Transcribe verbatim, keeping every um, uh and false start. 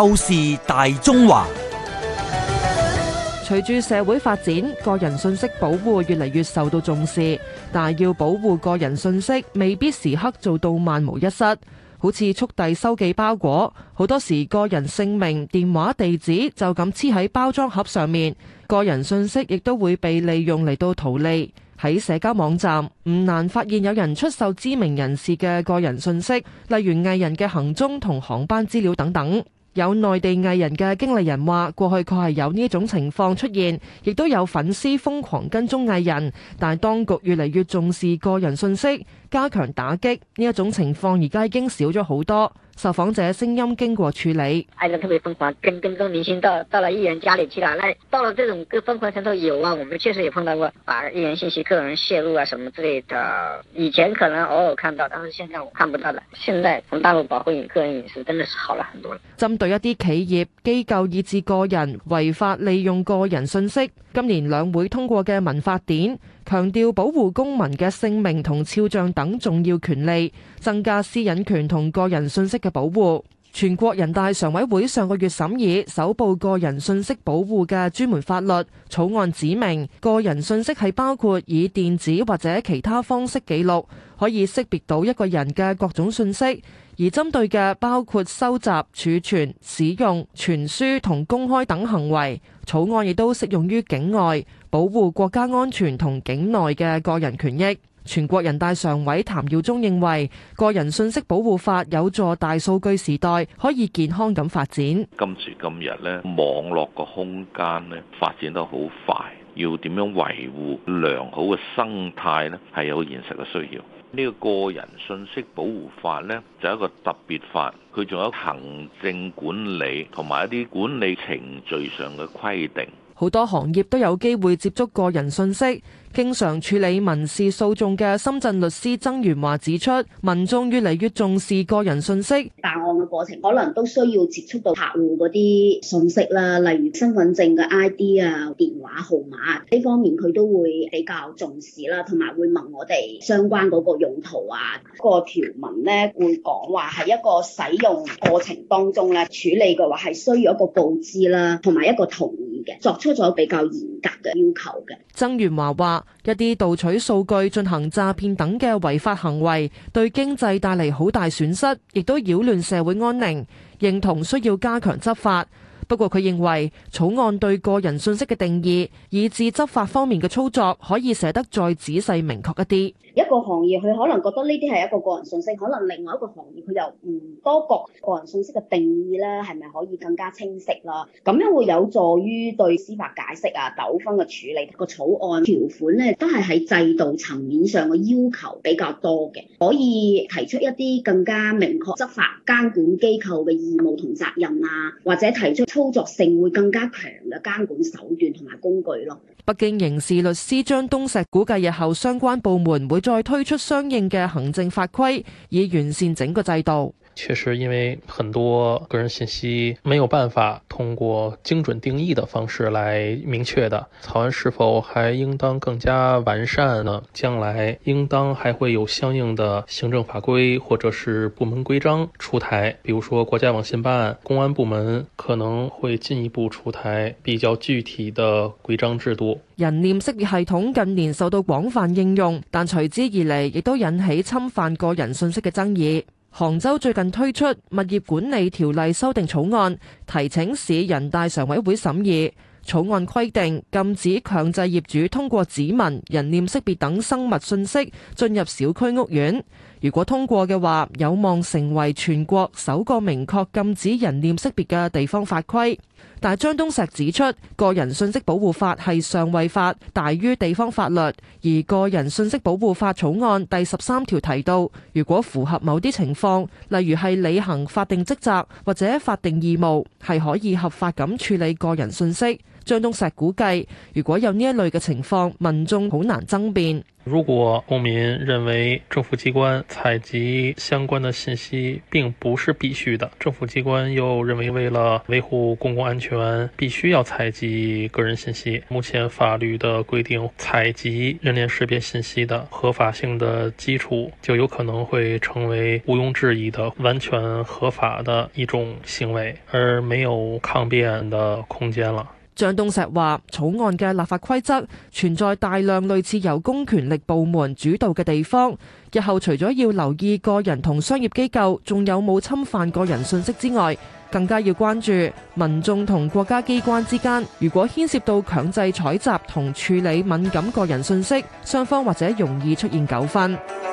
透視大中華。 隨住社會發展，個人信息保護越嚟越受到重視，但係要保護個人信息，未必時刻做到萬無一失。好似速遞收寄包裹，好多時個人姓名、電話、地址就咁黐喺包裝盒上面，個人信息亦都會被利用嚟到圖利。喺社交網站唔難發現有人出售知名人士嘅個人信息，例如藝人嘅行蹤同航班資料等等。有內地藝人嘅經理人話，過去確係有呢種情況出現，亦都有粉絲瘋狂跟蹤藝人，但係當局越嚟越重視個人信息，加強打擊呢一種情況，而家已經少咗好多。受訪者聲音經過處理， 藝人特別瘋狂，跟跟蹤明星到到了藝人家裏去了，那到了這種瘋狂程度有啊，我們確實也碰到過，把藝人信息、個人泄露啊什麼之類的，以前可能偶爾看到，但是現在我看不到了。現在從大陸保護個人隱私真的是好了很多了。 針對一啲企業、機構以至個人違法利用個人信息，今年兩會通過嘅民法典強調保護公民嘅姓名同肖像等重要權利，增加私隱權同個人信息嘅保護。全國人大常委會上個月審議首部個人信息保護嘅專門法律草案，指明個人信息係包括以電子或者其他方式記錄，可以識別到一個人嘅各種信息，而針對嘅包括收集、儲存、使用、傳輸同公開等行為。草案亦都適用於境外，保護國家安全同境內嘅個人權益。全國人大常委譚耀宗認為，個人信息保護法有助大數據時代可以健康咁發展。 今時今日咧，網絡個空間咧發展得好快，要點樣維護良好嘅生態咧，係有現實嘅需要。呢個個人信息保護法咧就係一個特別法，佢仲有行政管理同埋一啲管理程序上嘅規定。 好多行業都有機會接觸個人信息。經常處理民事訴訟嘅深圳律師曾元華指出，民眾越嚟越重視個人信息。 辦案嘅過程可能都需要接觸到客戶嗰啲信息啦，例如身份證嘅 I D 啊、電話號碼呢方面，佢都會比較重視啦，同埋會問我哋相關嗰個用途啊。個條文咧會講話係一個使用過程當中咧處理嘅話係需要一個告知啦，同埋一個同意嘅，作出咗比較嚴格嘅要求嘅。 曾元華話，一啲盜取數據進行詐騙等嘅違法行為，對經濟帶嚟好大損失，亦都擾亂社會安寧，認同需要加強執法。不過佢認為草案對個人信息嘅定義，以至執法方面嘅操作，可以寫得再仔細明確一啲。 一個行業佢可能覺得呢啲係一個個人信息，可能另外一個行業佢又唔多覺個人信息嘅定義咧，係咪可以更加清晰啦？咁樣會有助於對司法解釋啊、糾紛嘅處理。個草案條款咧都係喺制度層面上嘅要求比較多嘅，可以提出一啲更加明確執法監管機構嘅義務同責任啊，或者提出操作性會更加強嘅監管手段同埋工具咯。 北京刑事律師張東石估計日後相關部門會再推出相應嘅行政法規，以完善整個制度。 確實，因為很多個人信息沒有辦法通過精準定義的方式來明確的，草案是否還應當更加完善呢？將來應當還會有相應的行政法規或者是部門規章出台，比如說國家網信辦、公安部門可能會進一步出台比較具體的規章制度。 人臉識別系統近年受到廣泛應用，但隨之而嚟亦都引起侵犯個人信息嘅爭議。杭州最近推出物業管理條例修訂草案，提請市人大常委會審議。草案規定禁止強制業主通過指紋、人臉識別等生物信息進入小區屋苑。如果通過嘅話，有望成為全國首個明確禁止人臉識別嘅地方法規。但張東石指出，個人信息保護法係上位法，大於地方法律。而個人信息保護法草案第十三條提到，如果符合某啲情況，例如係履行法定職責或者法定義務，係可以合法咁處理個人信息。張東石估計，如果有呢一類嘅情況，民眾好難爭辯。 如果公民认为政府机关采集相关的信息并不是必须的，政府机关又认为为了维护公共安全必须要采集个人信息，目前法律的规定采集人脸识别信息的合法性的基础就有可能会成为毋庸置疑的完全合法的一种行為，而沒有抗辯的空間了。 張東石話：草案嘅立法規則存在大量類似由公權力部門主導嘅地方，日後除咗要留意個人同商業機構仲有冇侵犯個人信息之外，更加要關注民眾同國家機關之間，如果牽涉到強制採集同處理敏感個人信息，雙方或者容易出現糾紛。